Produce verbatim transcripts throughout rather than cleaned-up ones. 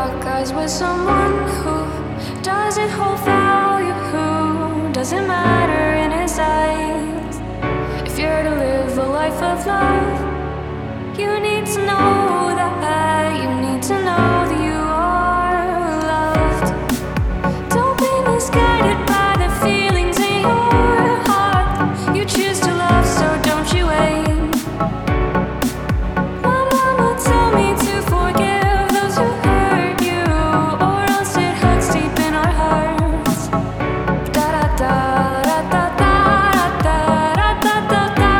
lock eyes with someone who doesn't hold value, who doesn't matter in his eyes. If you're to live a life of love, you need to know that, you need to know that you are loved. Don't be misguided by the feelings in your heart. You choose to love, so don't you wait. My mama told me to forgive those who hurt you, or else it hurts deep in our hearts. Da da da da da da da da da da da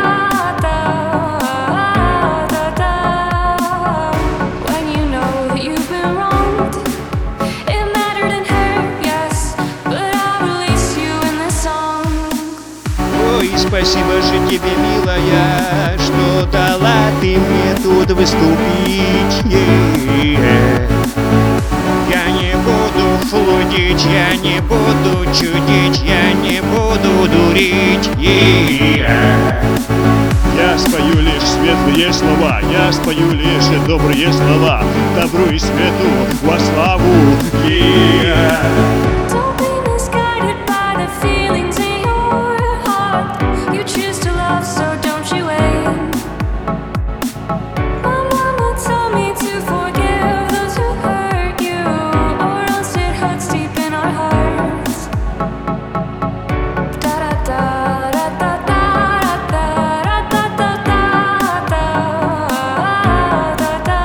da da. When you know that you've been wronged, it mattered and hurt, yes, but I release you in this song. Ой, спасибо же тебе, милая, что дала ты мне тут выступить. Yeah. Я не буду флудить, я не буду чудить, я не буду дурить. Yeah. Я спою лишь светлые слова, я спою лишь добрые слова, добру и свету во славу. Yeah. Don't be misguided by the feelings in your heart. You choose to love, so don't you wait. My mama told me to forgive those who hurt you, or else it hurts deep in our hearts. Da da da da da da da da da da da da.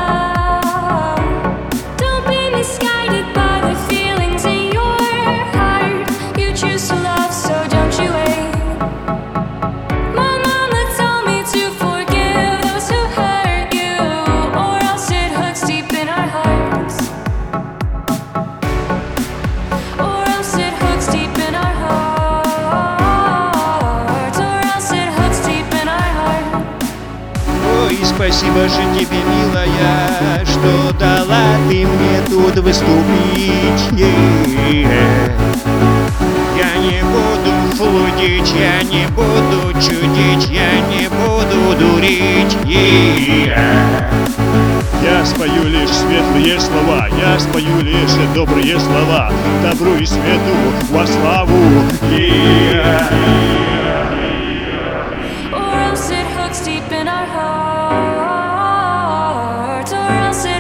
Don't be misguided by the feelings in your heart. You choose to love, so don't you wait. My mama told me to forgive those who hurt you, or else it hurts deep in our hearts. Or else it hurts deep in our hearts. Or else it hurts deep in our hearts. Ой, спасибо же тебе, милая, что дала ты мне тут выступить. Yeah. Я не буду флудить, я не буду чудить, я не буду дурить. Yeah. Я спою лишь светлые слова, я спою лишь добрые слова, добру и свету во славу. Yeah. Or else it hurts deep in our hearts. Or else it